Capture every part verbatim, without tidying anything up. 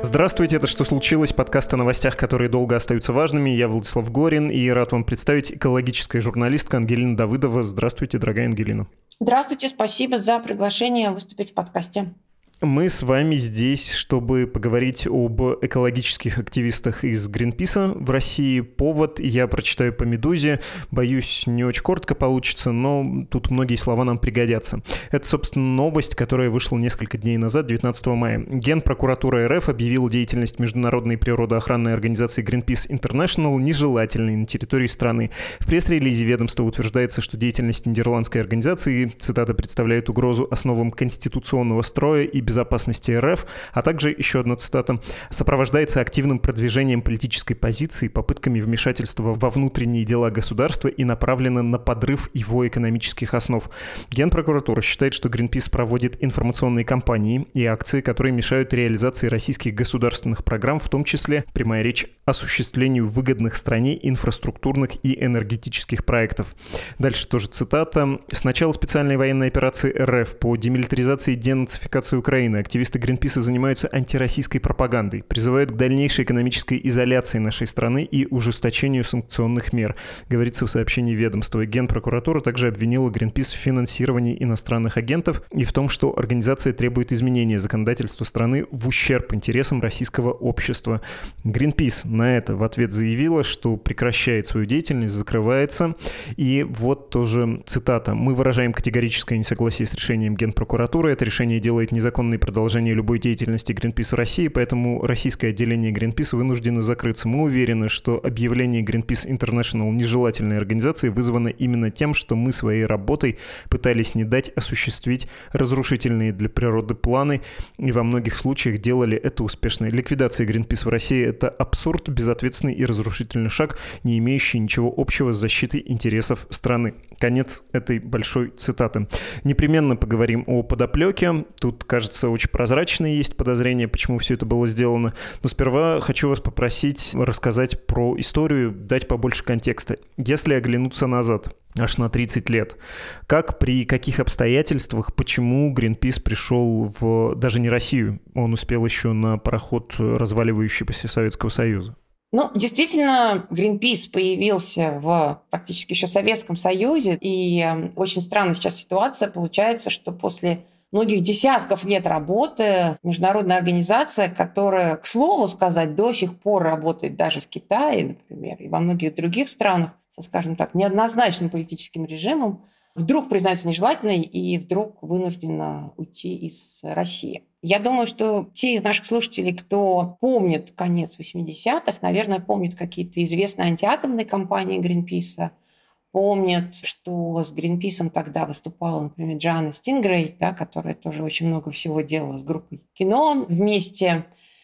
Здравствуйте, это «Что случилось?» Подкаст о новостях, которые долго остаются важными. Я Владислав Горин и рад вам представить экологическая журналистка Ангелина Давыдова. Здравствуйте, дорогая Ангелина. Здравствуйте, спасибо за приглашение выступить в подкасте. Мы с вами здесь, чтобы поговорить об экологических активистах из Гринписа в России. Повод я прочитаю по «Медузе». Боюсь, не очень коротко получится, но тут многие слова нам пригодятся. Это, собственно, новость, которая вышла несколько дней назад, девятнадцатого мая. Генпрокуратура РФ объявила деятельность международной природоохранной организации Greenpeace International нежелательной на территории страны. В пресс-релизе ведомства утверждается, что деятельность нидерландской организации, цитата, представляет угрозу основам конституционного строя и безопасности РФ, а также, еще одна цитата, сопровождается активным продвижением политической позиции, попытками вмешательства во внутренние дела государства и направлено на подрыв его экономических основ. Генпрокуратура считает, что Greenpeace проводит информационные кампании и акции, которые мешают реализации российских государственных программ, в том числе, прямая речь, осуществлению выгодных стране инфраструктурных и энергетических проектов. Дальше тоже цитата. «С начала специальной военной операции РФ по демилитаризации и денацификации Украины активисты Гринписа занимаются антироссийской пропагандой, призывают к дальнейшей экономической изоляции нашей страны и ужесточению санкционных мер», говорится в сообщении ведомства. Генпрокуратура также обвинила Гринпис в финансировании иностранных агентов и в том, что организация требует изменения законодательства страны в ущерб интересам российского общества. Гринпис на это в ответ заявила, что прекращает свою деятельность, закрывается. И вот тоже цитата. «Мы выражаем категорическое несогласие с решением Генпрокуратуры. Это решение делает незаконным продолжение любой деятельности Greenpeace в России, поэтому российское отделение Greenpeace вынуждено закрыться. Мы уверены, что объявление Greenpeace International нежелательной организацией вызвано именно тем, что мы своей работой пытались не дать осуществить разрушительные для природы планы и во многих случаях делали это успешно. Ликвидация Greenpeace в России – это абсурд, безответственный и разрушительный шаг, не имеющий ничего общего с защитой интересов страны». Конец этой большой цитаты. Непременно поговорим о подоплеке. Тут, кажется, очень прозрачные есть подозрения, почему все это было сделано. Но сперва хочу вас попросить рассказать про историю, дать побольше контекста. Если оглянуться назад, аж на тридцать лет, как, при каких обстоятельствах, почему Greenpeace пришел в даже не Россию, он успел еще на пароход разваливающегося Советского Союза? Ну, действительно, Greenpeace появился в практически еще Советском Союзе, и очень странная сейчас ситуация. Получается, что после многих десятков лет работы международная организация, которая, к слову сказать, до сих пор работает даже в Китае, например, и во многих других странах со, скажем так, неоднозначным политическим режимом, вдруг признается нежелательной и вдруг вынуждена уйти из России. Я думаю, что те из наших слушателей, кто помнит конец восьмидесятых, наверное, помнят какие-то известные антиатомные кампании Гринписа, помнят, что с Гринписом тогда выступала, например, Джоанна Стингрей, да, которая тоже очень много всего делала с группой «Кино» вместе.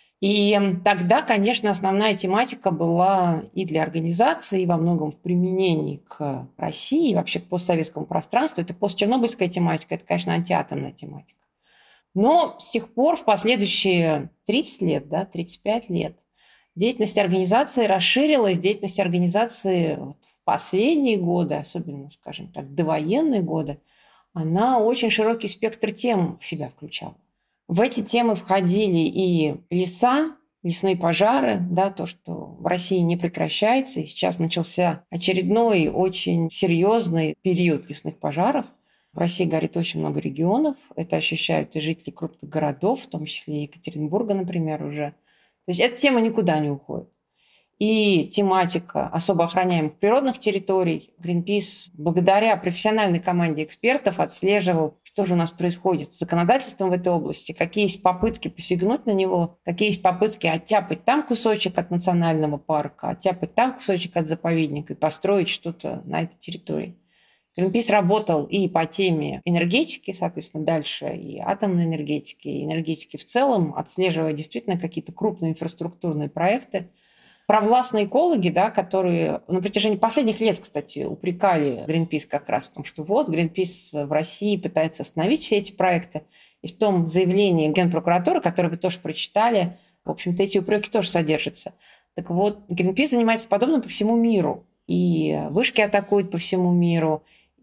И тогда, конечно, основная тематика была и для организации, и во многом в применении к России, и вообще к постсоветскому пространству. Это постчернобыльская тематика, это, конечно, антиатомная тематика. Но с тех пор, в последующие тридцать лет, да, тридцать пять лет, деятельность организации расширилась, деятельность организации вот в последние годы, особенно, скажем так, довоенные годы, она очень широкий спектр тем в себя включала. В эти темы входили и леса, лесные пожары, да, то, что в России не прекращается, и сейчас начался очередной очень серьезный период лесных пожаров. В России горит очень много регионов, это ощущают и жители крупных городов, в том числе и Екатеринбурга, например, уже. То есть эта тема никуда не уходит. И тематика особо охраняемых природных территорий. Greenpeace благодаря профессиональной команде экспертов отслеживал, что же у нас происходит с законодательством в этой области, какие есть попытки посягнуть на него, какие есть попытки оттяпать там кусочек от национального парка, оттяпать там кусочек от заповедника и построить что-то на этой территории. Greenpeace работал и по теме энергетики, соответственно, дальше и атомной энергетики, и энергетики в целом, отслеживая действительно какие-то крупные инфраструктурные проекты. Провластные экологи, да, которые на протяжении последних лет, кстати, упрекали Greenpeace как раз в том, что вот Greenpeace в России пытается остановить все эти проекты. И в том заявлении Генпрокуратуры, которое вы тоже прочитали, в общем-то, эти упреки тоже содержатся. Так вот, Greenpeace занимается подобным по всему миру. И вышки атакуют по всему миру,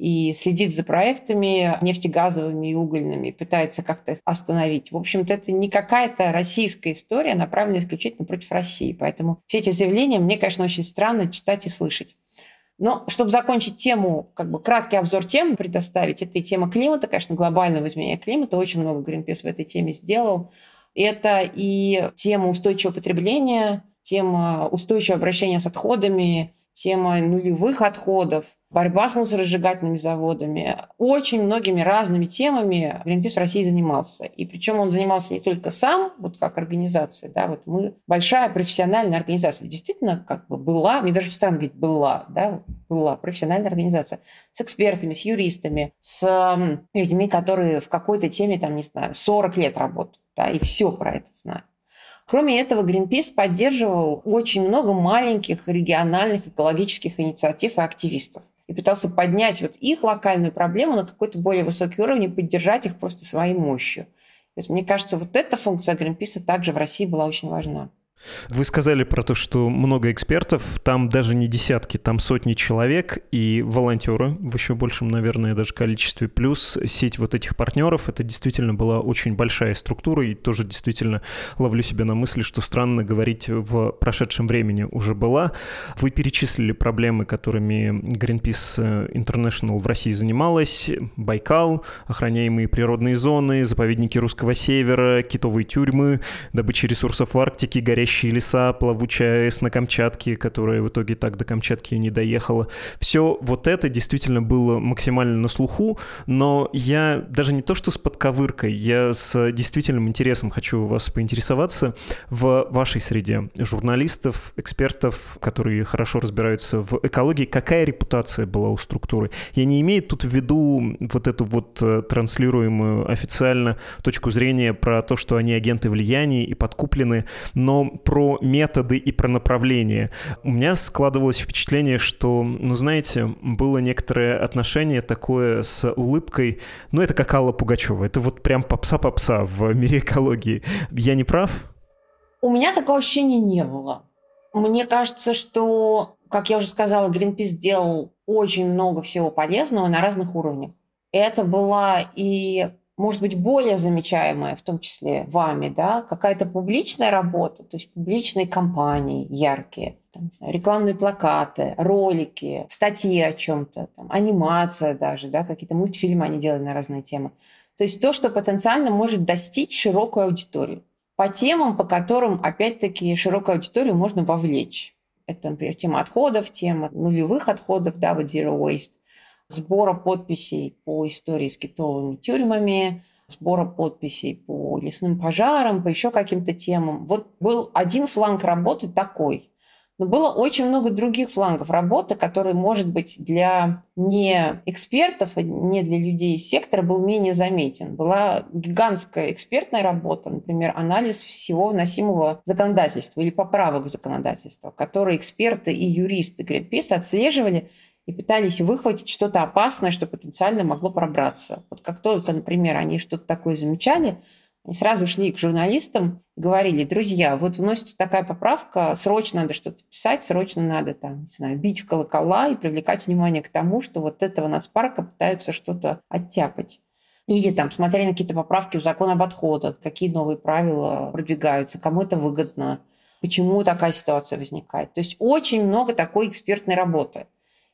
и следит за проектами нефтегазовыми и угольными, пытается как-то их остановить. В общем-то, это не какая-то российская история, направленная исключительно против России. Поэтому все эти заявления мне, конечно, очень странно читать и слышать. Но чтобы закончить тему, как бы краткий обзор тем предоставить, это и тема климата, конечно, глобального изменения климата. Очень много Greenpeace в этой теме сделал. Это и тема устойчивого потребления, тема устойчивого обращения с отходами, тема нулевых отходов, борьба с мусоросжигательными заводами. Очень многими разными темами Greenpeace в России занимался. И причем он занимался не только сам, вот как организация, да, вот мы большая профессиональная организация. Действительно, как бы была, мне даже странно говорить «была», да, была профессиональная организация с экспертами, с юристами, с людьми, которые в какой-то теме, там, не знаю, сорок лет работают, да, и все про это знают. Кроме этого, Greenpeace поддерживал очень много маленьких региональных экологических инициатив и активистов. И пытался поднять вот их локальную проблему на какой-то более высокий уровень и поддержать их просто своей мощью. То есть, мне кажется, вот эта функция Greenpeace также в России была очень важна. Вы сказали про то, что много экспертов, там даже не десятки, там сотни человек и волонтеры в еще большем, наверное, даже количестве, плюс сеть вот этих партнеров. Это действительно была очень большая структура, и тоже действительно ловлю себя на мысли, что странно говорить в прошедшем времени уже была. Вы перечислили проблемы, которыми Greenpeace International в России занималась: Байкал, охраняемые природные зоны, заповедники Русского Севера, китовые тюрьмы, добыча ресурсов в Арктике, горящие леса, плавучая АЭС на Камчатке, которая в итоге так до Камчатки не доехала. Все вот это действительно было максимально на слуху, но я даже не то что с подковыркой, я с действительным интересом хочу у вас поинтересоваться в вашей среде журналистов, экспертов, которые хорошо разбираются в экологии, какая репутация была у структуры? Я не имею тут в виду вот эту вот транслируемую официально точку зрения про то, что они агенты влияния и подкуплены, но про методы и про направление. У меня складывалось впечатление, что, ну, знаете, было некоторое отношение такое с улыбкой. Ну, это как Алла Пугачева. Это вот прям попса-попса в мире экологии. Я не прав? У меня такого ощущения не было. Мне кажется, что, как я уже сказала, Greenpeace сделал очень много всего полезного на разных уровнях. Это была и... может быть, более замечаемая, в том числе вами, да, какая-то публичная работа, то есть публичные кампании яркие, там, рекламные плакаты, ролики, статьи о чем-то, там, анимация даже, да, какие-то мультфильмы они делали на разные темы. То есть то, что потенциально может достичь широкую аудиторию. По темам, по которым, опять-таки, широкую аудиторию можно вовлечь. Это, например, тема отходов, тема нулевых отходов, да, вот Zero Waste, сбора подписей по истории с китовыми тюрьмами, сбора подписей по лесным пожарам, по еще каким-то темам. Вот был один фланг работы такой. Но было очень много других флангов работы, которые, может быть, для не экспертов, не для людей из сектора был менее заметен. Была гигантская экспертная работа, например, анализ всего вносимого законодательства или поправок в законодательство, которые эксперты и юристы Greenpeace отслеживали и пытались выхватить что-то опасное, что потенциально могло пробраться. Вот как только, например, они что-то такое замечали, они сразу шли к журналистам и говорили: друзья, вот вносится такая поправка, срочно надо что-то писать, срочно надо там, не знаю, бить в колокола и привлекать внимание к тому, что вот этого нацпарка пытаются что-то оттяпать. Или там смотрели на какие-то поправки в закон об отходах, какие новые правила продвигаются, кому это выгодно, почему такая ситуация возникает. То есть очень много такой экспертной работы.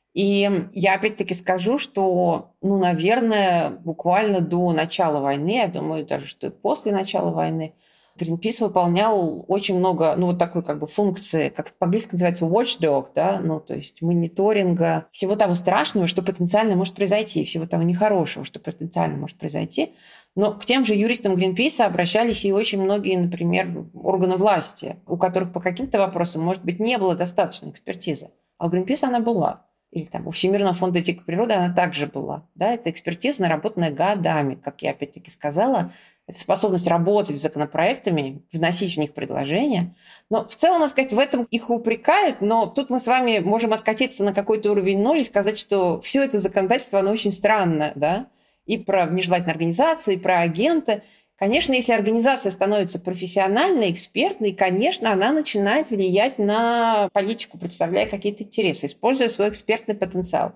И я опять-таки скажу, что, ну, наверное, буквально до начала войны, я думаю, даже что и после начала войны, Greenpeace выполнял очень много, ну, вот такой как бы функции, как это по-английски называется watchdog, да, ну, то есть мониторинга всего того страшного, что потенциально может произойти, всего того нехорошего, что потенциально может произойти. Но к тем же юристам Greenpeace обращались и очень многие, например, органы власти, у которых по каким-то вопросам, может быть, не было достаточной экспертизы, а у Greenpeace она была. Или там у Всемирного фонда дикой природы она также была. Да? Это экспертиза, наработанная годами, как я опять-таки сказала. Это способность работать с законопроектами, вносить в них предложения. Но в целом, надо сказать, в этом их упрекают, но тут мы с вами можем откатиться на какой-то уровень ноль и сказать, что все это законодательство, оно очень странное. Да? И про нежелательные организации, и про агенты. Конечно, если организация становится профессиональной, экспертной, конечно, она начинает влиять на политику, представляя какие-то интересы, используя свой экспертный потенциал.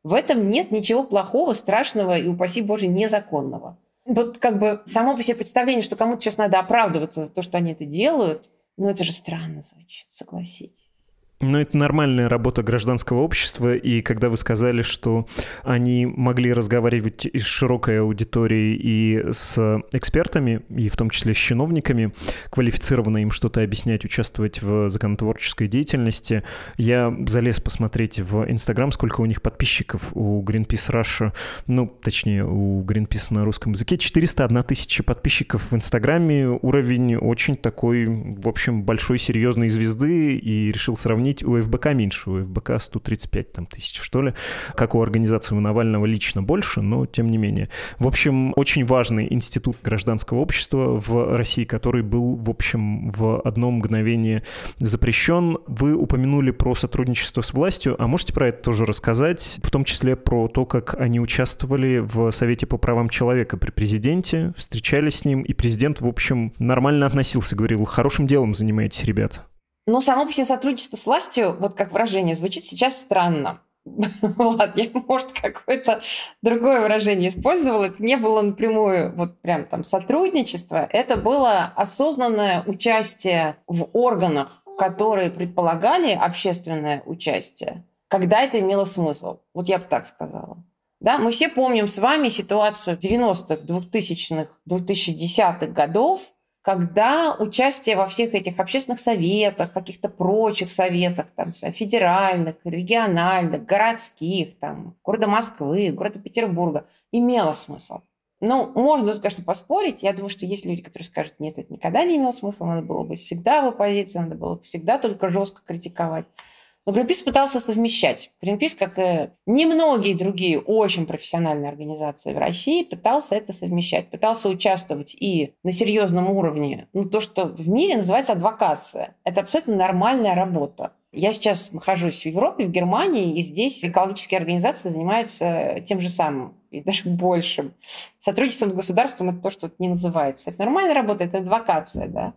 В этом нет ничего плохого, страшного и, упаси Боже, незаконного. Вот как бы само по себе представление, что кому-то сейчас надо оправдываться за то, что они это делают, ну это же странно звучит, согласитесь. Ну, это нормальная работа гражданского общества, и когда вы сказали, что они могли разговаривать и с широкой аудиторией, и с экспертами, и в том числе с чиновниками, квалифицированно им что-то объяснять, участвовать в законотворческой деятельности, я залез посмотреть в Инстаграм, сколько у них подписчиков у Greenpeace Russia, ну, точнее, у Greenpeace на русском языке, четыреста одна тысяча подписчиков в Инстаграме, уровень очень такой, в общем, большой, серьезной звезды, и решил сравнить. У эф бэ ка меньше, у эф бэ ка сто тридцать пять там, тысяч, что ли, как у организации у Навального лично больше, но тем не менее. В общем, очень важный институт гражданского общества в России, который был, в общем, в одно мгновение запрещен. Вы упомянули про сотрудничество с властью, а можете про это тоже рассказать, в том числе про то, как они участвовали в Совете по правам человека при президенте, встречались с ним, и президент, в общем, нормально относился, говорил, хорошим делом занимаетесь, ребята. Ну, само по себе сотрудничество с властью, вот как выражение, звучит сейчас странно. Ладно, я, может, какое-то другое выражение использовала. Это не было напрямую вот прям там сотрудничество. Это было осознанное участие в органах, которые предполагали общественное участие, когда это имело смысл. Вот я бы так сказала. Да, мы все помним с вами ситуацию девяностых, двухтысячных, двухтысячных годов, когда участие во всех этих общественных советах, каких-то прочих советах, там, федеральных, региональных, городских, там, города Москвы, города Петербурга, имело смысл. Ну, можно, конечно, поспорить. Я думаю, что есть люди, которые скажут, нет, это никогда не имело смысла, надо было быть всегда в оппозиции, надо было всегда только жестко критиковать. Но Greenpeace пытался совмещать. Greenpeace, как и немногие другие очень профессиональные организации в России, пытался это совмещать. Пытался участвовать и на серьезном уровне. Ну, то, что в мире называется адвокация. Это абсолютно нормальная работа. Я сейчас нахожусь в Европе, в Германии, и здесь экологические организации занимаются тем же самым, и даже большим. Сотрудничеством с государством – это то, что это не называется. Это нормальная работа, это адвокация, да.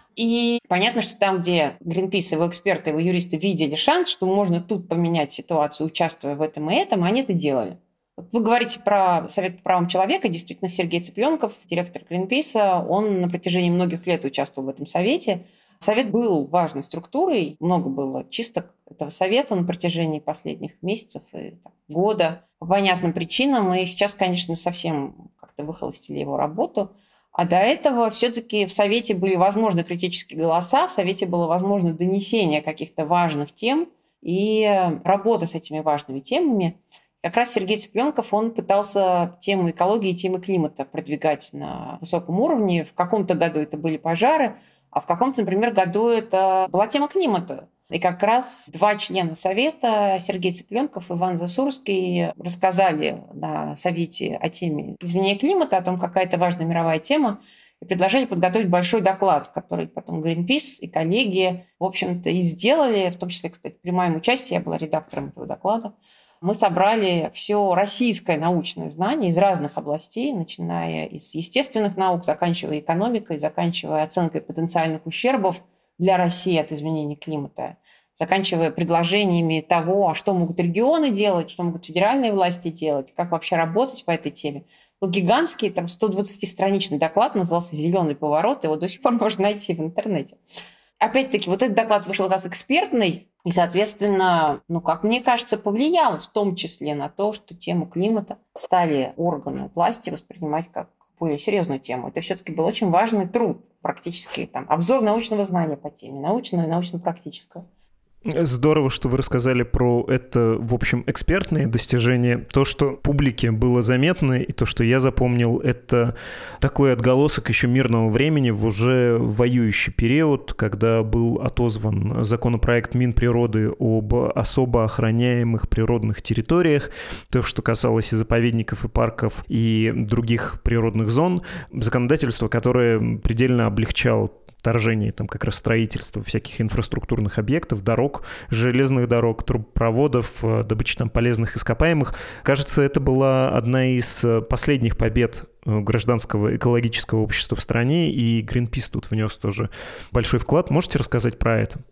И понятно, что там, где Greenpeace, его эксперты, его юристы видели шанс, что можно тут поменять ситуацию, участвуя в этом и этом, они это делали. Вот вы говорите про Совет по правам человека. Действительно, Сергей Цыпленков, директор Greenpeace, он на протяжении многих лет участвовал в этом совете. Совет был важной структурой, много было чисток этого совета на протяжении последних месяцев и там, года по понятным причинам. И сейчас, конечно, совсем как-то выхолостили его работу. А до этого все-таки в Совете были возможны критические голоса, в Совете было возможно донесение каких-то важных тем и работа с этими важными темами. Как раз Сергей Цыпленков, он пытался тему экологии и темы климата продвигать на высоком уровне. В каком-то году это были пожары, а в каком-то, например, году это была тема климата. И как раз два члена Совета, Сергей Цыпленков и Иван Засурский, рассказали на Совете о теме изменения климата, о том, какая это важная мировая тема, и предложили подготовить большой доклад, который потом Greenpeace и коллеги, в общем-то, и сделали, в том числе, кстати, при моем участии, я была редактором этого доклада. Мы собрали все российское научное знание из разных областей, начиная из естественных наук, заканчивая экономикой, заканчивая оценкой потенциальных ущербов для России от изменения климата, заканчивая предложениями того, а что могут регионы делать, что могут федеральные власти делать, как вообще работать по этой теме. Был гигантский, там, сто двадцатистраничный доклад, назывался «Зеленый поворот», его до сих пор можно найти в интернете. Опять-таки, вот этот доклад вышел как экспертный, и, соответственно, ну, как мне кажется, повлиял в том числе на то, что тему климата стали органы власти воспринимать как более серьезную тему. Это все-таки был очень важный труд, практически там, обзор научного знания по теме, научного и научно-практического. Здорово, что вы рассказали про это, в общем, экспертные достижения. То, что публике было заметно, и то, что я запомнил, это такой отголосок еще мирного времени в уже воюющий период, когда был отозван законопроект Минприроды об особо охраняемых природных территориях, то, что касалось и заповедников, и парков, и других природных зон. Законодательство, которое предельно облегчало вторжение, там как раз строительство всяких инфраструктурных объектов, дорог, железных дорог, трубопроводов, добычи там полезных ископаемых. Кажется, это была одна из последних побед гражданского экологического общества в стране, и Greenpeace тут внес тоже большой вклад. Можете рассказать про это?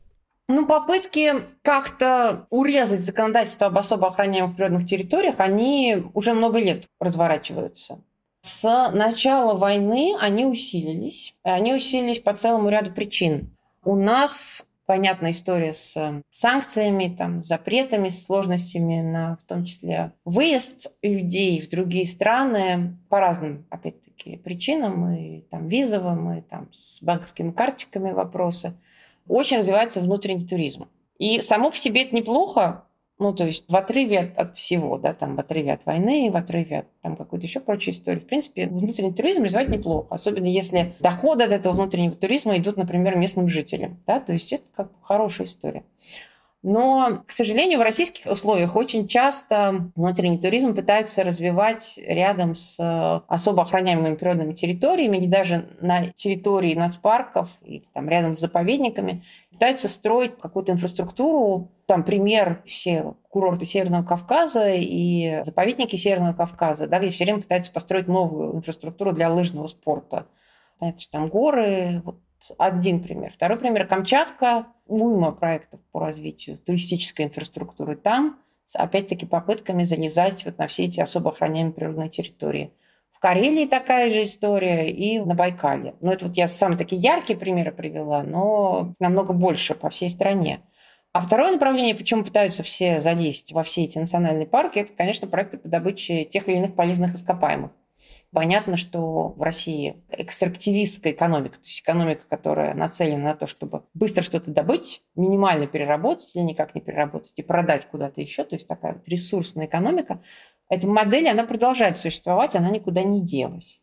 Ну, попытки как-то урезать законодательство об особо охраняемых природных территориях, они уже много лет разворачиваются. С начала войны они усилились. И они усилились по целому ряду причин. У нас понятная история с санкциями, там, запретами, с сложностями на, в том числе, выезд людей в другие страны по разным, опять-таки, причинам, и там, визовым, и там, с банковскими карточками вопросы. Очень развивается внутренний туризм. И само по себе это неплохо, ну, то есть в отрыве от, от всего, да, там, в отрыве от войны, в отрыве от там, какой-то еще прочей истории. В принципе, внутренний туризм развивать неплохо, особенно если доходы от этого внутреннего туризма идут, например, местным жителям, да, то есть это как бы хорошая история. Но, к сожалению, в российских условиях очень часто внутренний туризм пытаются развивать рядом с особо охраняемыми природными территориями или даже на территории нацпарков, или там рядом с заповедниками, пытаются строить какую-то инфраструктуру. Там пример все курорты Северного Кавказа и заповедники Северного Кавказа, да, где все время пытаются построить новую инфраструктуру для лыжного спорта. Понятно, что там горы, вот один пример. Второй пример – Камчатка. Уйма проектов по развитию туристической инфраструктуры там, с, опять-таки, попытками залезать вот на все эти особо охраняемые природные территории. В Карелии такая же история и на Байкале. Ну, это вот я самые такие яркие примеры привела, но намного больше по всей стране. А второе направление, почему пытаются все залезть во все эти национальные парки, это, конечно, проекты по добыче тех или иных полезных ископаемых. Понятно, что в России экстрактивистская экономика, то есть экономика, которая нацелена на то, чтобы быстро что-то добыть, минимально переработать или никак не переработать и продать куда-то еще, то есть такая вот ресурсная экономика, эта модель, она продолжает существовать, она никуда не делась.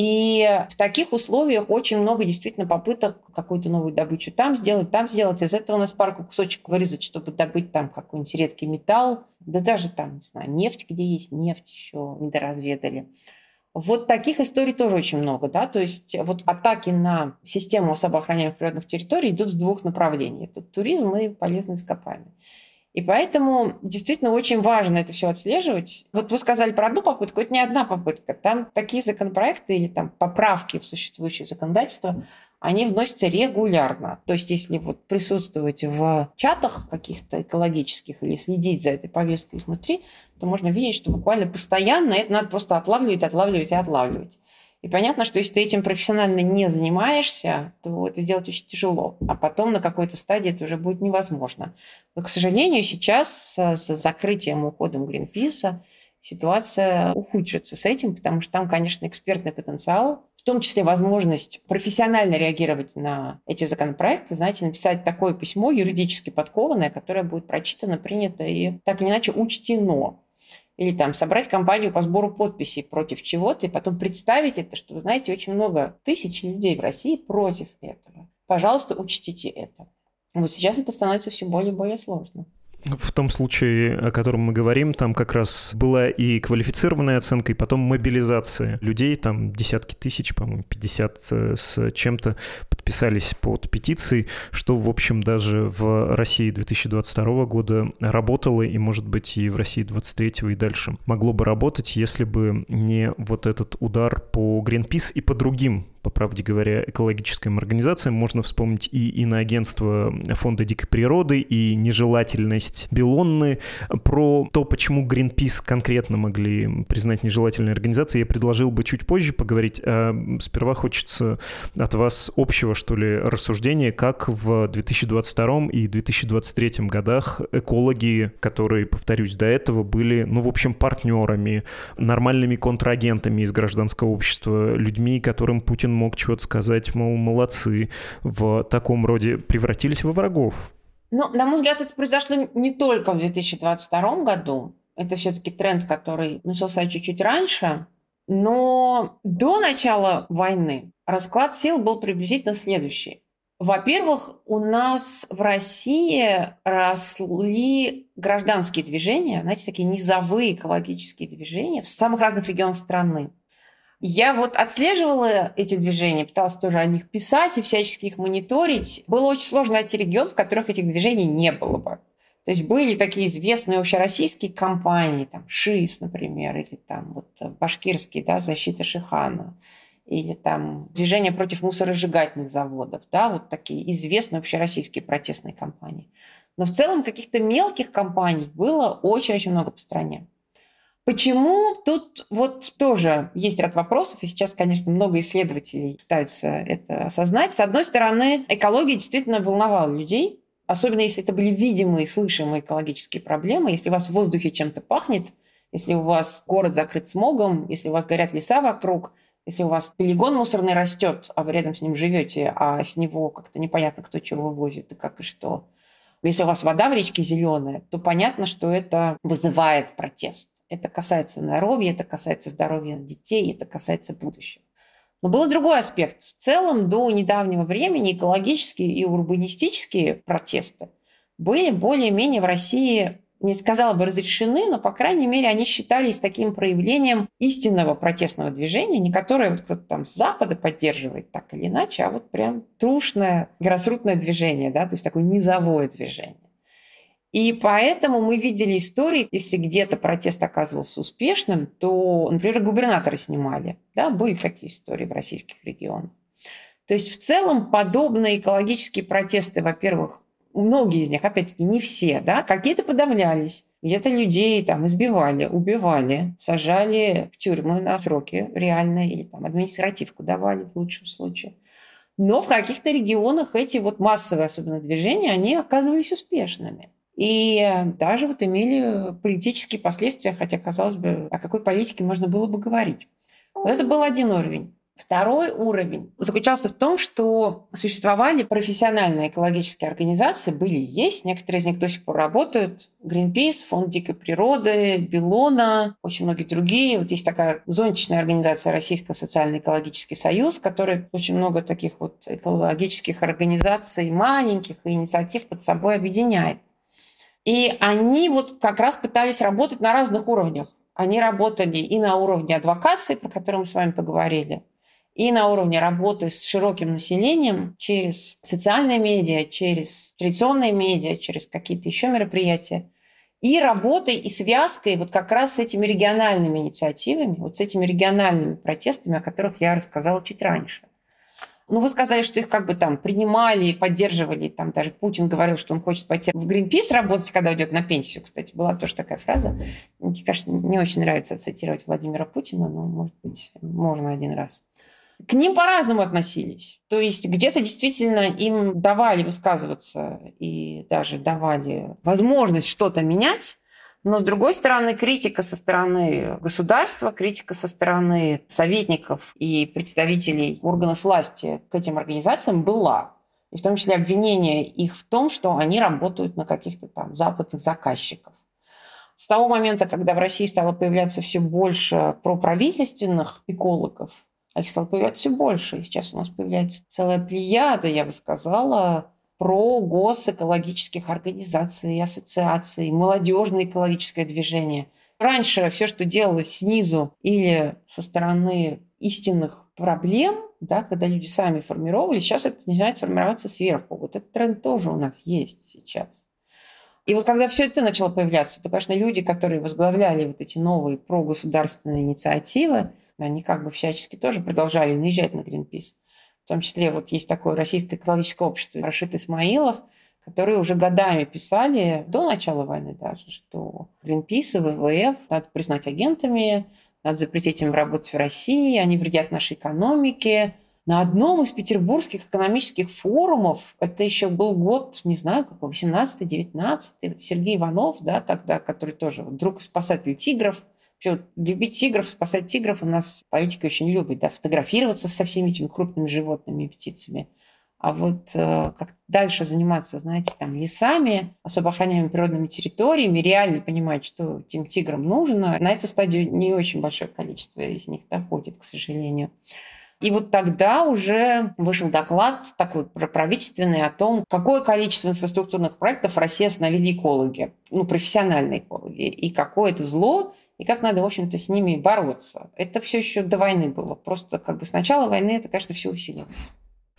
И в таких условиях очень много действительно попыток какую-то новую добычу там сделать, там сделать. Из этого у нас парку кусочек вырезать, чтобы добыть там какой-нибудь редкий металл, да даже там, не знаю, нефть, где есть нефть, еще недоразведали. Вот таких историй тоже очень много, да, то есть вот атаки на систему особо охраняемых природных территорий идут с двух направлений. Это туризм и полезные ископаемые. И поэтому действительно очень важно это все отслеживать. Вот вы сказали про одну попытку, это не одна попытка. Там такие законопроекты или там поправки в существующее законодательство, они вносятся регулярно. То есть если вот присутствовать в чатах каких-то экологических или следить за этой повесткой изнутри, то можно видеть, что буквально постоянно это надо просто отлавливать, отлавливать и отлавливать. И понятно, что если ты этим профессионально не занимаешься, то это сделать очень тяжело. А потом на какой-то стадии это уже будет невозможно. Но, к сожалению, сейчас с закрытием и уходом Гринписа ситуация ухудшится с этим, потому что там, конечно, экспертный потенциал, в том числе возможность профессионально реагировать на эти законопроекты, знаете, написать такое письмо юридически подкованное, которое будет прочитано, принято и так или иначе учтено. Или там собрать кампанию по сбору подписей против чего-то и потом представить это, что, вы знаете, очень много тысяч людей в России против этого. Пожалуйста, учтите это. Вот сейчас это становится все более и более сложно. В том случае, о котором мы говорим, там как раз была и квалифицированная оценка, и потом мобилизация людей, там десятки тысяч, по-моему, пятьдесят с чем-то подписались под петицией, что, в общем, даже в России две тысячи двадцать второго года работало, и, может быть, и в России двадцать третьего и дальше могло бы работать, если бы не вот этот удар по Greenpeace и по другим, по правде говоря, экологическим организациям. Можно вспомнить и иноагентство Фонда дикой природы, и нежелательность Белонны. Про то, почему Greenpeace конкретно могли признать нежелательной организацией, я предложил бы чуть позже поговорить. А сперва хочется от вас общего, что ли, рассуждения, как в две тысячи двадцать втором и две тысячи двадцать третьем годах экологи, которые, повторюсь, до этого были, ну, в общем, партнерами, нормальными контрагентами из гражданского общества, людьми, которым Путин мог чего-то сказать, мол, молодцы, в таком роде превратились во врагов. Ну, на мой взгляд, это произошло не только в две тысячи двадцать втором году. Это все-таки тренд, который начался чуть-чуть раньше. Но до начала войны расклад сил был приблизительно следующий. Во-первых, у нас в России росли гражданские движения, знаете, такие низовые экологические движения в самых разных регионах страны. Я вот отслеживала эти движения, пыталась тоже о них писать и всячески их мониторить. Было очень сложно найти регион, в которых этих движений не было бы. То есть были такие известные общероссийские компании, там ШИС, например, или там вот башкирский, да, защита Шихана, или там движение против мусоросжигательных заводов, да, вот такие известные общероссийские протестные кампании. Но в целом каких-то мелких кампаний было очень-очень много по стране. Почему? Тут вот тоже есть ряд вопросов, и сейчас, конечно, много исследователей пытаются это осознать. С одной стороны, экология действительно волновала людей, особенно если это были видимые, слышимые экологические проблемы, если у вас в воздухе чем-то пахнет, если у вас город закрыт смогом, если у вас горят леса вокруг, если у вас полигон мусорный растет, а вы рядом с ним живете, а с него как-то непонятно, кто чего вывозит и как и что. Если у вас вода в речке зеленая, то понятно, что это вызывает протест. Это касается здоровья, это касается здоровья детей, это касается будущего. Но был другой аспект. В целом, до недавнего времени экологические и урбанистические протесты были более-менее в России, не сказала бы разрешены, но, по крайней мере, они считались таким проявлением истинного протестного движения, не которое вот кто-то там с Запада поддерживает так или иначе, а вот прям трушное, гроссрутное движение, да, то есть такое низовое движение. И поэтому мы видели истории, если где-то протест оказывался успешным, то, например, губернаторы снимали. Да, были такие истории в российских регионах. То есть в целом подобные экологические протесты, во-первых, многие из них, опять-таки, не все, да, какие-то подавлялись. Где-то людей там избивали, убивали, сажали в тюрьмы на сроки реально, или там административку давали в лучшем случае. Но в каких-то регионах эти вот массовые, особенно движения, они оказывались успешными. И даже вот имели политические последствия, хотя, казалось бы, о какой политике можно было бы говорить. Вот это был один уровень. Второй уровень заключался в том, что существовали профессиональные экологические организации, были и есть, некоторые из них до сих пор работают. Greenpeace, Фонд дикой природы, Беллона, очень многие другие. Вот есть такая зонтичная организация Российский социально-экологический союз, которая очень много таких вот экологических организаций, маленьких и инициатив под собой объединяет. И они вот как раз пытались работать на разных уровнях. Они работали и на уровне адвокации, про который мы с вами поговорили, и на уровне работы с широким населением через социальные медиа, через традиционные медиа, через какие-то еще мероприятия, и работой и связкой вот как раз с этими региональными инициативами, вот с этими региональными протестами, о которых я рассказала чуть раньше. Ну, вы сказали, что их как бы там принимали, поддерживали. Там даже Путин говорил, что он хочет пойти в Greenpeace работать, когда уйдет на пенсию. Кстати, была тоже такая фраза. Мне, конечно, не очень нравится цитировать Владимира Путина, но, может быть, можно один раз. К ним по-разному относились. То есть где-то действительно им давали высказываться и даже давали возможность что-то менять. Но, с другой стороны, критика со стороны государства, критика со стороны советников и представителей органов власти к этим организациям была. И в том числе обвинение их в том, что они работают на каких-то там западных заказчиков. С того момента, когда в России стало появляться все больше проправительственных экологов, а их стало появляться все больше, и сейчас у нас появляется целая плеяда, я бы сказала, про госэкологических организаций, ассоциаций, молодежное экологическое движение. Раньше все, что делалось снизу или со стороны истинных проблем, да, когда люди сами формировали, сейчас это начинает формироваться сверху. Вот этот тренд тоже у нас есть сейчас. И вот когда все это начало появляться, то, конечно, люди, которые возглавляли вот эти новые прогосударственные инициативы, они как бы всячески тоже продолжали наезжать на Greenpeace. В том числе вот есть такое российское экологическое общество Рашид Исмаилов, которые уже годами писали, до начала войны даже, что Greenpeace и вэ вэ эф надо признать агентами, надо запретить им работать в России, они вредят нашей экономике. На одном из петербургских экономических форумов, это еще был год, не знаю, какой, восемнадцатый девятнадцатый, Сергей Иванов, да, тогда, который тоже друг и спасатель тигров. Вообще, любить тигров, спасать тигров у нас политика очень любит, да, фотографироваться со всеми этими крупными животными и птицами. А вот э, как дальше заниматься, знаете, там, лесами, особо охраняемыми природными территориями, реально понимать, что этим тиграм нужно, на эту стадию не очень большое количество из них доходит, к сожалению. И вот тогда уже вышел доклад такой правительственный о том, какое количество инфраструктурных проектов в России остановили экологи, ну, профессиональные экологи, и какое это зло, и как надо, в общем-то, с ними бороться. Это все еще до войны было. Просто как бы с начала войны это, конечно, все усилилось.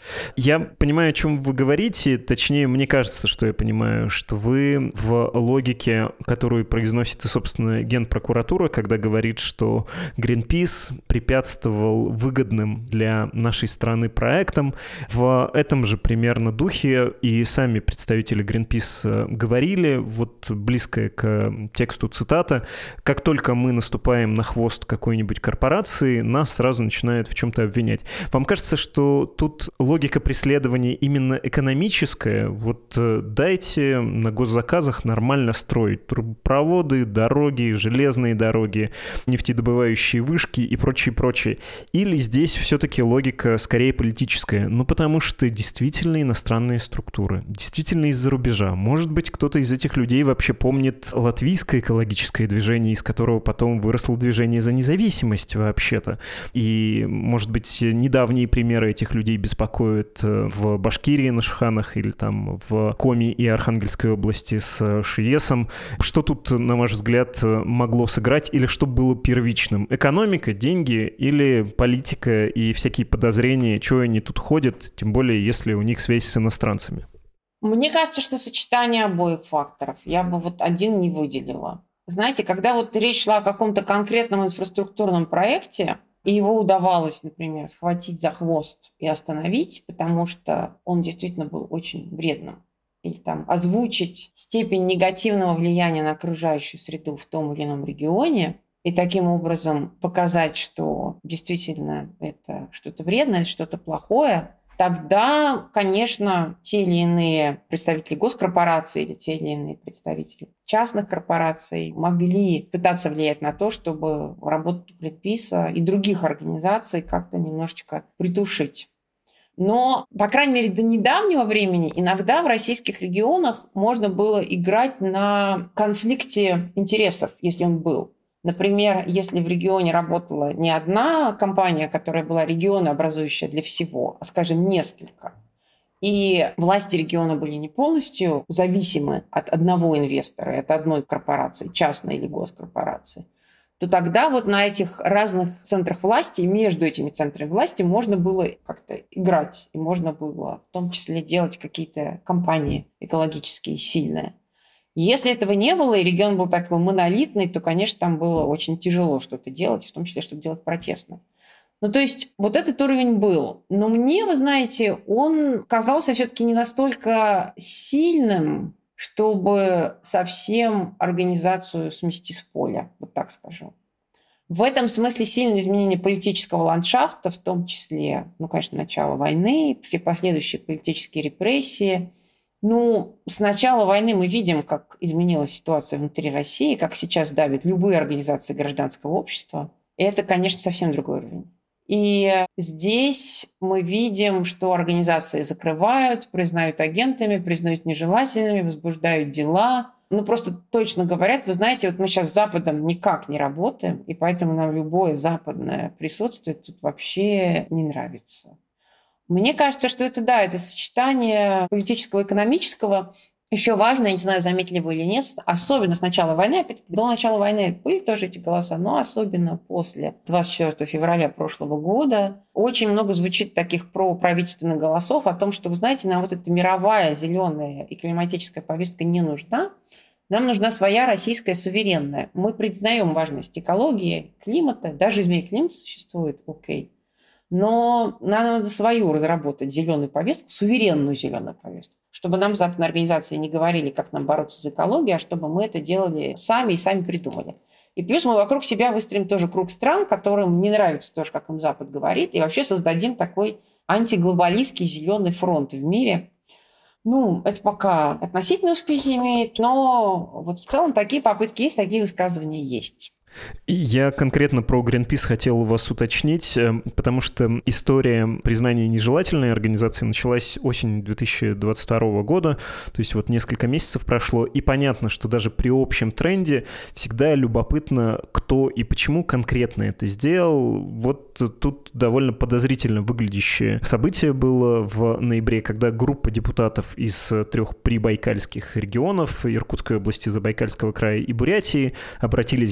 Я понимаю, о чем вы говорите, точнее, мне кажется, что я понимаю, что вы в логике, которую произносит и, собственно, Генпрокуратура, когда говорит, что Greenpeace препятствовал выгодным для нашей страны проектам, в этом же примерно духе и сами представители Greenpeace говорили, вот близкая к тексту цитата: «Как только мы наступаем на хвост какой-нибудь корпорации, нас сразу начинают в чем-то обвинять». Вам кажется, что тут логика преследования именно экономическая? Вот дайте на госзаказах нормально строить трубопроводы, дороги, железные дороги, нефтедобывающие вышки и прочее, прочее. Или здесь все-таки логика скорее политическая? Ну, потому что действительно иностранные структуры, действительно из-за рубежа. Может быть, кто-то из этих людей вообще помнит латвийское экологическое движение, из которого потом выросло движение за независимость вообще-то. И, может быть, недавние примеры этих людей беспокоят в Башкирии на Шиханах или там в Коми и Архангельской области с ШИЭСом. Что тут, на ваш взгляд, могло сыграть или что было первичным? Экономика, деньги или политика и всякие подозрения, что они тут ходят, тем более если у них связь с иностранцами? Мне кажется, что сочетание обоих факторов. Я бы вот один не выделила. Знаете, когда вот речь шла о каком-то конкретном инфраструктурном проекте, и его удавалось, например, схватить за хвост и остановить, потому что он действительно был очень вредным, или там озвучить степень негативного влияния на окружающую среду в том или ином регионе, и таким образом показать, что действительно это что-то вредное, что-то плохое, тогда, конечно, те или иные представители госкорпораций или те или иные представители частных корпораций могли пытаться влиять на то, чтобы работу Greenpeace и других организаций как-то немножечко притушить. Но, по крайней мере, до недавнего времени иногда в российских регионах можно было играть на конфликте интересов, если он был. Например, если в регионе работала не одна компания, которая была регионообразующая для всего, а, скажем, несколько, и власти региона были не полностью зависимы от одного инвестора, от одной корпорации, частной или госкорпорации, то тогда вот на этих разных центрах власти и между этими центрами власти можно было как-то играть, и можно было в том числе делать какие-то кампании экологические сильные. Если этого не было, и регион был такой монолитный, то, конечно, там было очень тяжело что-то делать, в том числе что-то делать протестно. Ну, то есть вот этот уровень был. Но мне, вы знаете, он казался все-таки не настолько сильным, чтобы совсем организацию смести с поля, вот так скажу. В этом смысле сильное изменение политического ландшафта, в том числе, ну, конечно, начало войны, все последующие политические репрессии. Ну, с начала войны мы видим, как изменилась ситуация внутри России, как сейчас давят любые организации гражданского общества. И это, конечно, совсем другой уровень. И здесь мы видим, что организации закрывают, признают агентами, признают нежелательными, возбуждают дела. Ну, просто точно говорят, вы знаете, вот мы сейчас с Западом никак не работаем, и поэтому нам любое западное присутствие тут вообще не нравится. Мне кажется, что это, да, это сочетание политического и экономического. Еще важно, я не знаю, заметили вы или нет, особенно с начала войны, опять-таки, до начала войны были тоже эти голоса, но особенно после двадцать четвёртого февраля прошлого года очень много звучит таких проправительственных голосов о том, что, вы знаете, нам вот эта мировая зеленая и климатическая повестка не нужна, нам нужна своя российская суверенная. Мы признаем важность экологии, климата, даже изменение климата существует, окей. Но нам надо свою разработать зеленую повестку, суверенную зеленую повестку, чтобы нам западные организации не говорили, как нам бороться за экологию, а чтобы мы это делали сами и сами придумали. И плюс мы вокруг себя выстроим тоже круг стран, которым не нравится тоже, как им Запад говорит, и вообще создадим такой антиглобалистский зеленый фронт в мире. Ну, это пока относительные успехи имеет, но вот в целом такие попытки есть, такие высказывания есть. Я конкретно про Greenpeace хотел у вас уточнить, потому что история признания нежелательной организации началась осенью две тысячи двадцать второго года, то есть вот несколько месяцев прошло, и понятно, что даже при общем тренде всегда любопытно, кто и почему конкретно это сделал. Вот тут довольно подозрительно выглядящее событие было в ноябре, когда группа депутатов из трех прибайкальских регионов Иркутской области, Забайкальского края и Бурятии обратились в Генпрокуратуру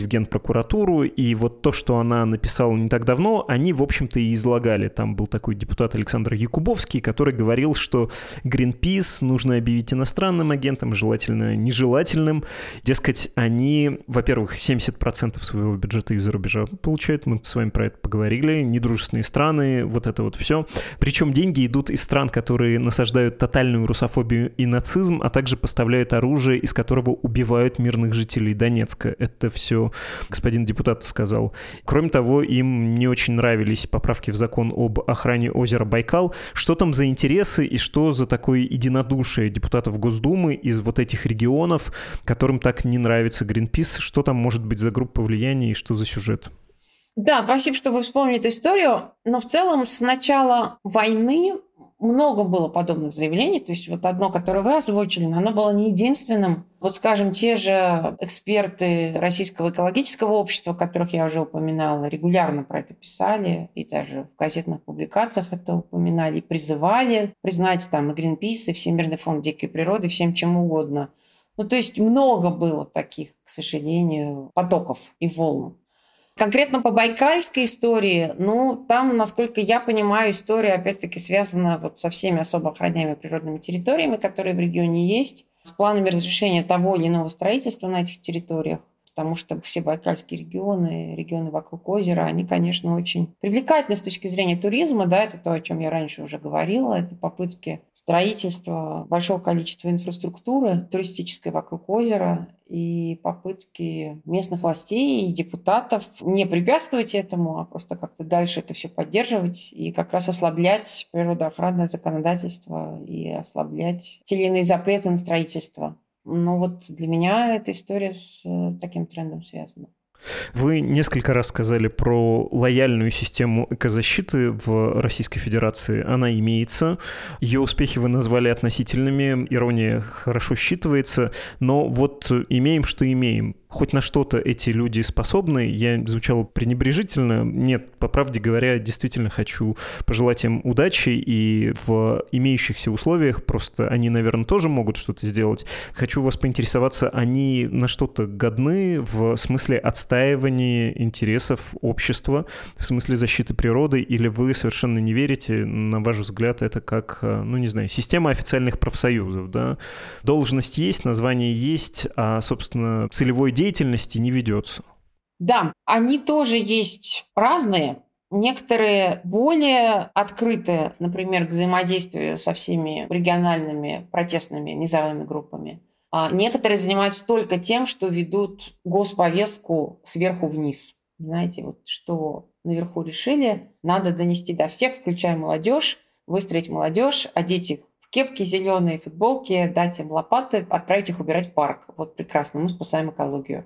прокуратуру, и вот то, что она написала не так давно, они, в общем-то, и излагали. Там был такой депутат Александр Якубовский, который говорил, что Greenpeace нужно объявить иностранным агентом, желательно нежелательным. Дескать, они, во-первых, семьдесят процентов своего бюджета из-за рубежа получают, мы с вами про это поговорили, недружественные страны, вот это вот все. Причем деньги идут из стран, которые насаждают тотальную русофобию и нацизм, а также поставляют оружие, из которого убивают мирных жителей Донецка. Это все господин депутат сказал. Кроме того, им не очень нравились поправки в закон об охране озера Байкал. Что там за интересы и что за такое единодушие депутатов Госдумы из вот этих регионов, которым так не нравится Greenpeace? Что там может быть за группа влияния и что за сюжет? Да, спасибо, что вы вспомнили эту историю. Но в целом с начала войны много было подобных заявлений. То есть вот одно, которое вы озвучили, но оно было не единственным. Вот, скажем, те же эксперты Российского экологического общества, которых я уже упоминала, регулярно про это писали, и даже в газетных публикациях это упоминали, и призывали признать там и Greenpeace, и Всемирный фонд дикой природы, всем чем угодно. Ну, то есть много было таких, к сожалению, потоков и волн. Конкретно по байкальской истории, ну, там, насколько я понимаю, история, опять-таки, связана вот со всеми особо охраняемыми природными территориями, которые в регионе есть, с планами разрешения того или иного строительства на этих территориях, потому что все байкальские регионы, регионы вокруг озера, они, конечно, очень привлекательны с точки зрения туризма, да, это то, о чем я раньше уже говорила, это попытки строительства большого количества инфраструктуры туристической вокруг озера и попытки местных властей и депутатов не препятствовать этому, а просто как-то дальше это все поддерживать и как раз ослаблять природоохранное законодательство и ослаблять те или иные запреты на строительство. Но вот для меня эта история с таким трендом связана. Вы несколько раз сказали про лояльную систему экозащиты в Российской Федерации. Она имеется. Ее успехи вы назвали относительными. Ирония хорошо считывается. Но вот имеем, что имеем. Хоть на что-то эти люди способны. Я звучал пренебрежительно. Нет, по правде говоря, действительно хочу пожелать им удачи. И в имеющихся условиях просто они, наверное, тоже могут что-то сделать. Хочу вас поинтересоваться, они на что-то годны в смысле отстаивания интересов общества, в смысле защиты природы, или вы совершенно не верите, на ваш взгляд, это как, ну не знаю, система официальных профсоюзов, да? Должность есть, название есть, а, собственно, целевой деятельности не ведется. Да, они тоже есть разные. Некоторые более открытые, например, к взаимодействию со всеми региональными протестными низовыми группами. А некоторые занимаются только тем, что ведут госповестку сверху вниз. Знаете, вот что наверху решили, надо донести до всех, включая молодежь, выстроить молодежь, одеть их в кепки зеленые, футболки, дать им лопаты, отправить их убирать парк. Вот прекрасно, мы спасаем экологию.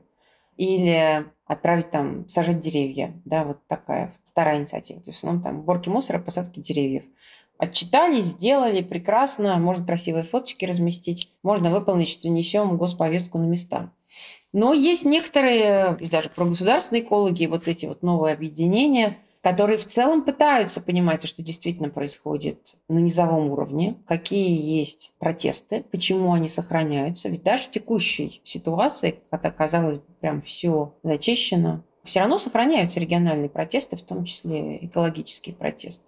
Или отправить там сажать деревья. Да, вот такая вторая инициатива. То есть, ну, там, уборки мусора, посадки деревьев. Отчитали, сделали, прекрасно, можно красивые фоточки разместить, можно выполнить, что несем госповестку на места. Но есть некоторые, и даже прогосударственные экологи, вот эти вот новые объединения, которые в целом пытаются понимать, что действительно происходит на низовом уровне, какие есть протесты, почему они сохраняются. Ведь даже в текущей ситуации, когда, казалось бы, прям все зачищено, все равно сохраняются региональные протесты, в том числе экологические протесты.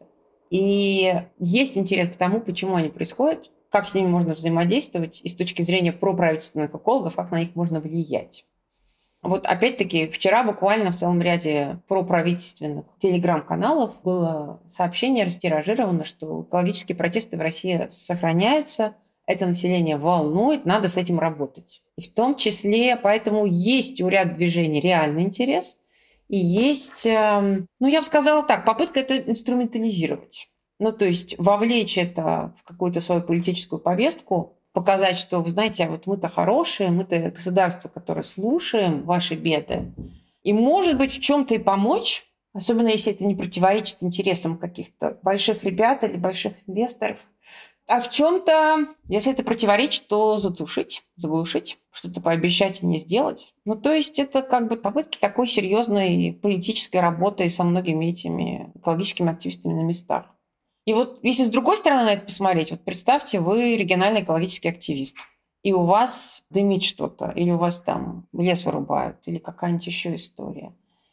И есть интерес к тому, почему они происходят, как с ними можно взаимодействовать, и с точки зрения проправительственных экологов, как на них можно влиять. Вот опять-таки вчера буквально в целом ряде проправительственных телеграм-каналов было сообщение растиражировано, что экологические протесты в России сохраняются, это население волнует, надо с этим работать. И в том числе, поэтому есть у ряда движений реальный интерес, и есть, ну, я бы сказала так, попытка это инструментализировать. Ну, то есть вовлечь это в какую-то свою политическую повестку, показать, что, вы знаете, а вот мы-то хорошие, мы-то государство, которое слушаем ваши беды, и, может быть, в чем-то и помочь, особенно если это не противоречит интересам каких-то больших ребят или больших инвесторов. А в чем-то, если это противоречит, то затушить, заглушить, что-то пообещать и не сделать. Ну, то есть это как бы попытки такой серьезной политической работы со многими этими экологическими активистами на местах. И вот если с другой стороны на это посмотреть, вот представьте, вы региональный экологический активист. и у вас дымит что-то, или у вас там лес вырубают, или какая-нибудь еще история.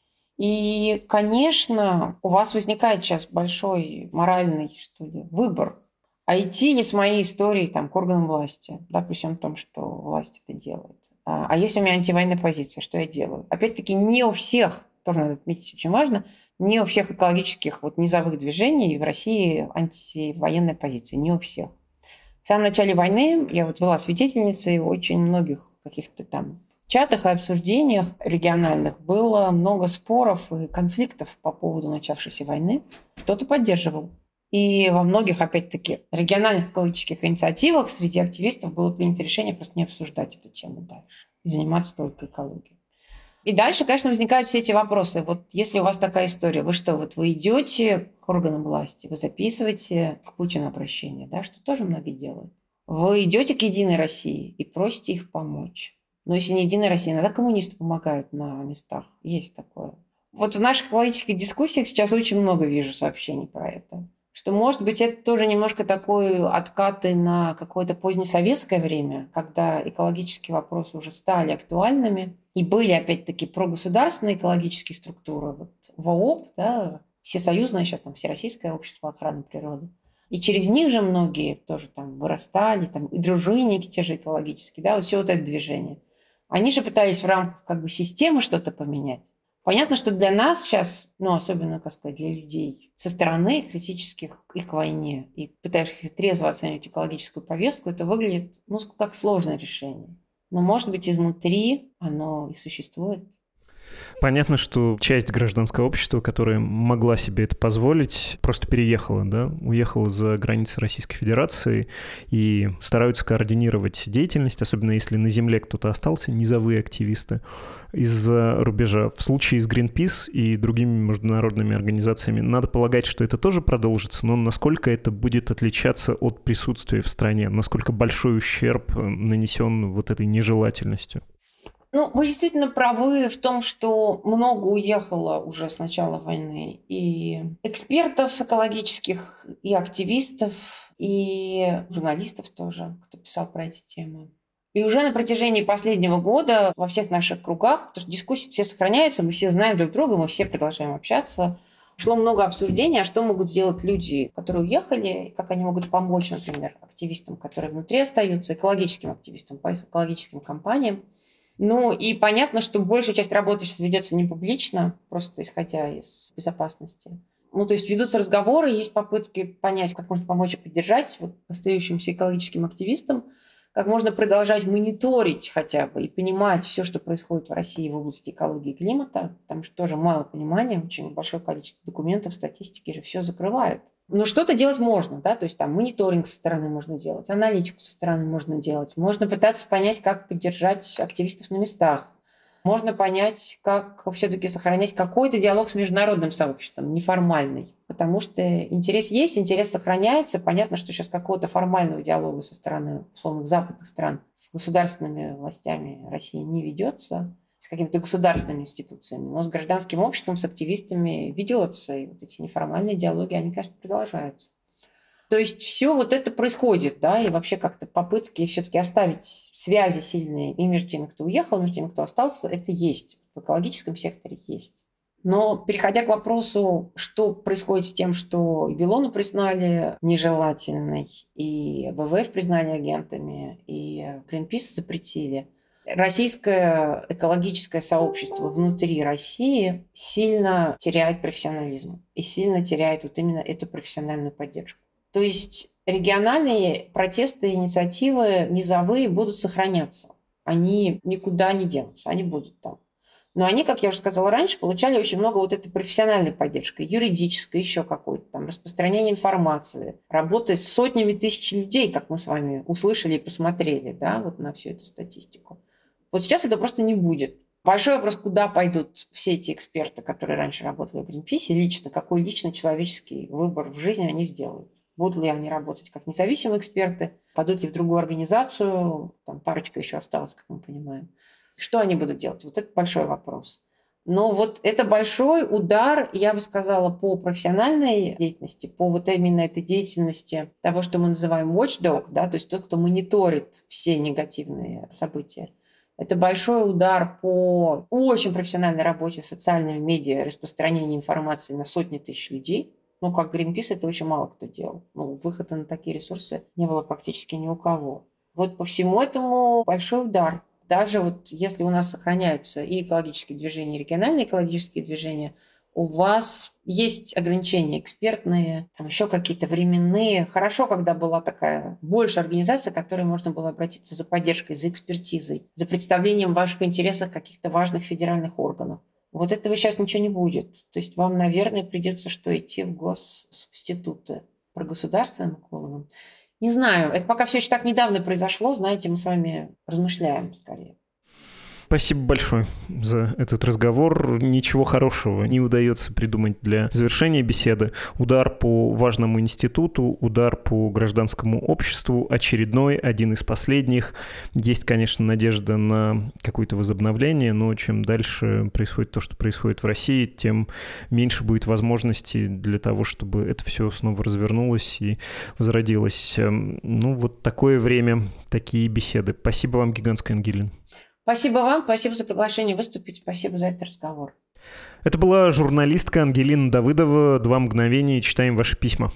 И, конечно, у вас возникает сейчас большой моральный, что ли, выбор. А идти ли с моей историей там, к органам власти, да, при всем том, что власть это делает. А, а если у меня антивоенная позиция, что я делаю? Опять-таки, не у всех, тоже надо отметить, очень важно, не у всех экологических вот, низовых движений в России антивоенная позиция, не у всех. В самом начале войны я вот была свидетельницей очень многих каких-то там чатах и обсуждениях региональных было много споров и конфликтов по поводу начавшейся войны. Кто-то поддерживал. И во многих, опять-таки, региональных экологических инициативах среди активистов было принято решение просто не обсуждать эту тему дальше и заниматься только экологией. И дальше, конечно, возникают все эти вопросы. Вот если у вас такая история, вы что, вот вы идете к органам власти, вы записываете к Путину обращение, да, что тоже многие делают. Вы идете к Единой России и просите их помочь. Но если не Единая Россия, иногда коммунисты помогают на местах. Есть такое. Вот в наших экологических дискуссиях сейчас очень много вижу сообщений про это. Что, может быть, это тоже немножко такой откаты на какое-то позднесоветское время, когда экологические вопросы уже стали актуальными. И были, опять-таки, прогосударственные экологические структуры. Вот ВООП, да, всесоюзное сейчас там Всероссийское общество охраны природы. И через них же многие тоже там вырастали, там, и дружинники те же экологические, да, вот все вот это движение. Они же пытались в рамках как бы системы что-то поменять. Понятно, что для нас сейчас, ну, особенно, как сказать, для людей со стороны критических их к войне и пытающихся трезво оценивать экологическую повестку, это выглядит, ну, как сложное решение. Но, может быть, изнутри оно и существует. Понятно, что часть гражданского общества, которая могла себе это позволить, просто переехала, да, уехала за границы Российской Федерации и стараются координировать деятельность, особенно если на земле кто-то остался, низовые активисты, из-за рубежа. В случае с Greenpeace и другими международными организациями надо полагать, что это тоже продолжится, но насколько это будет отличаться от присутствия в стране, насколько большой ущерб нанесен вот этой нежелательностью? Ну, вы действительно правы в том, что много уехало уже с начала войны и экспертов экологических, и активистов, и журналистов тоже, кто писал про эти темы. И уже на протяжении последнего года во всех наших кругах, потому что дискуссии все сохраняются, мы все знаем друг друга, мы все продолжаем общаться, шло много обсуждений, а что могут сделать люди, которые уехали, как они могут помочь, например, активистам, которые внутри остаются, экологическим активистам, по их экологическим компаниям. Ну, и понятно, что большая часть работы сейчас ведется не публично, просто исходя из безопасности. Ну, то есть ведутся разговоры, есть попытки понять, как можно помочь и поддержать вот остающимся экологическим активистам, как можно продолжать мониторить хотя бы и понимать все, что происходит в России в области экологии и климата, потому что тоже мало понимания, очень большое количество документов, статистики же все закрывают. Но что-то делать можно, да, то есть там мониторинг со стороны можно делать, аналитику со стороны можно делать, можно пытаться понять, как поддержать активистов на местах, можно понять, как все-таки сохранять какой-то диалог с международным сообществом, неформальный, потому что интерес есть, интерес сохраняется, понятно, что сейчас какого-то формального диалога со стороны условных западных стран с государственными властями России не ведется, с какими-то государственными институциями, но с гражданским обществом, с активистами ведется. И вот эти неформальные диалоги, они, конечно, продолжаются. То есть все вот это происходит, да, и вообще как-то попытки все-таки оставить связи сильные и между теми, кто уехал, и между теми, кто остался, это есть. В экологическом секторе есть. Но переходя к вопросу, что происходит с тем, что и Белону признали нежелательной, и вэ вэ эф признали агентами, и Greenpeace запретили, российское экологическое сообщество внутри России сильно теряет профессионализм и сильно теряет вот именно эту профессиональную поддержку. То есть региональные протесты, инициативы низовые будут сохраняться. Они никуда не денутся, они будут там. Но они, как я уже сказала раньше, получали очень много вот этой профессиональной поддержки, юридической, еще какой-то там, распространение информации, работы с сотнями тысяч людей, как мы с вами услышали и посмотрели, да, вот на всю эту статистику. Вот сейчас это просто не будет. Большой вопрос, куда пойдут все эти эксперты, которые раньше работали в Greenpeace, лично, какой лично человеческий выбор в жизни они сделают. Будут ли они работать как независимые эксперты, пойдут ли в другую организацию, там парочка еще осталась, как мы понимаем. Что они будут делать? Вот это большой вопрос. Но вот это большой удар, я бы сказала, по профессиональной деятельности, по вот именно этой деятельности того, что мы называем watchdog, да, то есть тот, кто мониторит все негативные события. Это большой удар по очень профессиональной работе с социальными медиа, распространению информации на сотни тысяч людей. Ну, как Greenpeace, это очень мало кто делал. Ну, выхода на такие ресурсы не было практически ни у кого. Вот по всему этому большой удар. Даже вот если у нас сохраняются и экологические движения, и региональные экологические движения, у вас есть ограничения экспертные, там еще какие-то временные. Хорошо, когда была такая большая организация, к которой можно было обратиться за поддержкой, за экспертизой, за представлением ваших интересов каких-то важных федеральных органов. Вот этого сейчас ничего не будет. То есть вам, наверное, придется что идти в госсубституты по государственным экологам. Не знаю, это пока все еще так недавно произошло, знаете, мы с вами размышляем скорее. Спасибо большое за этот разговор. Ничего хорошего не удается придумать для завершения беседы. Удар по важному институту, удар по гражданскому обществу, очередной, один из последних. Есть, конечно, надежда на какое-то возобновление, но чем дальше происходит то, что происходит в России, тем меньше будет возможностей для того, чтобы это все снова развернулось и возродилось. Ну, вот такое время, такие беседы. Спасибо вам гигантское, Ангелина. Спасибо вам, спасибо за приглашение выступить, спасибо за этот разговор. Это была журналистка Ангелина Давыдова. Два мгновения, читаем ваши письма.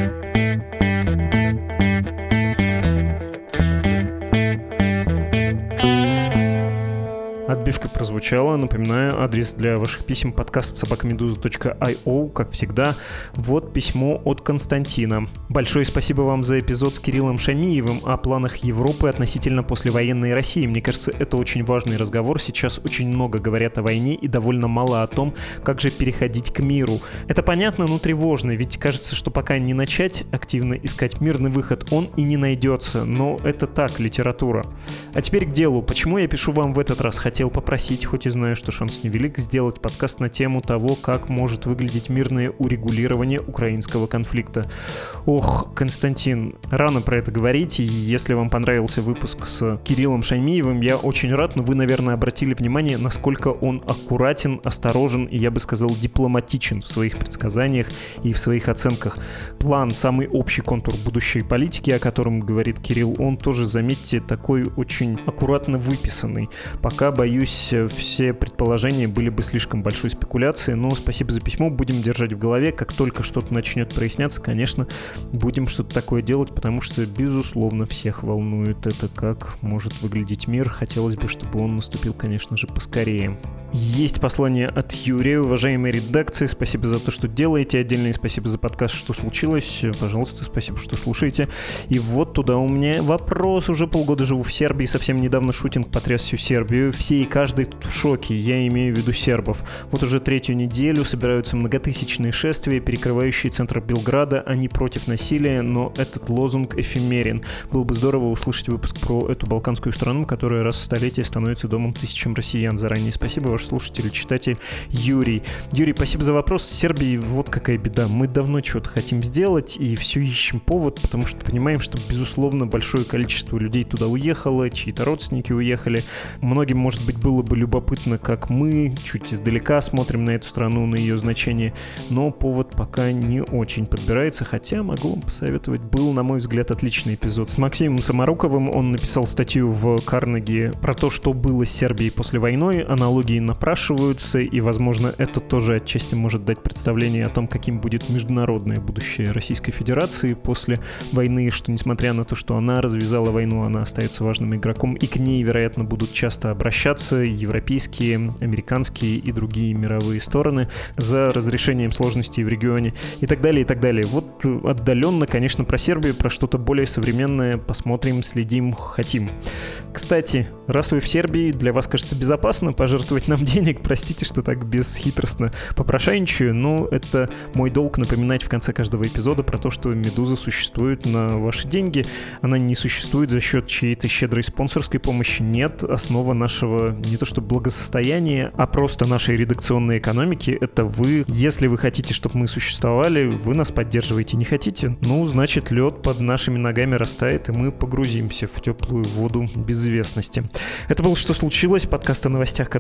Отбивка прозвучала. Напоминаю, адрес для ваших писем — подкаст собака медуза точка ай о, как всегда. Вот письмо от Константина. Большое спасибо вам за эпизод с Кириллом Шамиевым о планах Европы относительно послевоенной России. Мне кажется, это очень важный разговор. Сейчас очень много говорят о войне и довольно мало о том, как же переходить к миру. Это понятно, но тревожно, ведь кажется, что пока не начать активно искать мирный выход, он и не найдется. Но это так, литература. А теперь к делу. Почему я пишу вам в этот раз? Хотел попросить, хоть и знаю, что шанс невелик, сделать подкаст на тему того, как может выглядеть мирное урегулирование украинского конфликта. Ох, Константин, рано про это говорить, и если вам понравился выпуск с Кириллом Шамиевым, я очень рад, но вы, наверное, обратили внимание, насколько он аккуратен, осторожен и, я бы сказал, дипломатичен в своих предсказаниях и в своих оценках. План, самый общий контур будущей политики, о котором говорит Кирилл, он тоже, заметьте, такой очень аккуратно выписанный. Пока, боюсь, все предположения были бы слишком большой спекуляцией, но спасибо за письмо, будем держать в голове. Как только что-то начнет проясняться, конечно, будем что-то такое делать, потому что, безусловно, всех волнует это, как может выглядеть мир. Хотелось бы, чтобы он наступил, конечно же, поскорее. Есть послание от Юрия. Уважаемые редакции, спасибо за то, что делаете. Отдельное спасибо за подкаст «Что случилось?». Пожалуйста, спасибо, что слушаете. И вот туда у меня вопрос. Уже полгода живу в Сербии. Совсем недавно шутинг потряс всю Сербию. Все и каждый тут в шоке. Я имею в виду сербов. Вот уже третью неделю собираются многотысячные шествия, перекрывающие центр Белграда. Они против насилия, но этот лозунг эфемерен. Было бы здорово услышать выпуск про эту балканскую страну, которая раз в столетие становится домом тысячам россиян. Заранее спасибо, ваш слушатель, читатель Юрий. Юрий, спасибо за вопрос. С Сербией вот какая беда. Мы давно чего-то хотим сделать и все ищем повод, потому что понимаем, что, безусловно, большое количество людей туда уехало, чьи-то родственники уехали. Многим, может быть, было бы любопытно, как мы чуть издалека смотрим на эту страну, на ее значение, но повод пока не очень подбирается, хотя могу вам посоветовать. Был, на мой взгляд, отличный эпизод с Максимом Самаруковым. Он написал статью в Карнеги про то, что было с Сербией после войны. Аналогии напрашиваются, и, возможно, это тоже отчасти может дать представление о том, каким будет международное будущее Российской Федерации после войны, что, несмотря на то, что она развязала войну, она остается важным игроком, и к ней, вероятно, будут часто обращаться европейские, американские и другие мировые стороны за разрешением сложностей в регионе и так далее, и так далее. Вот отдаленно, конечно, про Сербию, про что-то более современное посмотрим, следим, хотим. Кстати, раз вы в Сербии, для вас, кажется, безопасно пожертвовать нам денег, простите, что так бесхитростно попрошайничаю, но это мой долг напоминать в конце каждого эпизода про то, что «Медуза» существует на ваши деньги. Она не существует за счет чьей-то щедрой спонсорской помощи. Нет, основа нашего не то что благосостояния, а просто нашей редакционной экономики — это вы. Если вы хотите, чтобы мы существовали, вы нас поддерживаете. Не хотите? Ну, значит, лед под нашими ногами растает, и мы погрузимся в теплую воду безвестности. Это было «Что случилось?» Подкаст о новостях, которые долго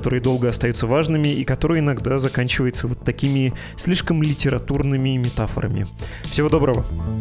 долго остаются важными и который иногда заканчивается вот такими слишком литературными метафорами. Всего доброго!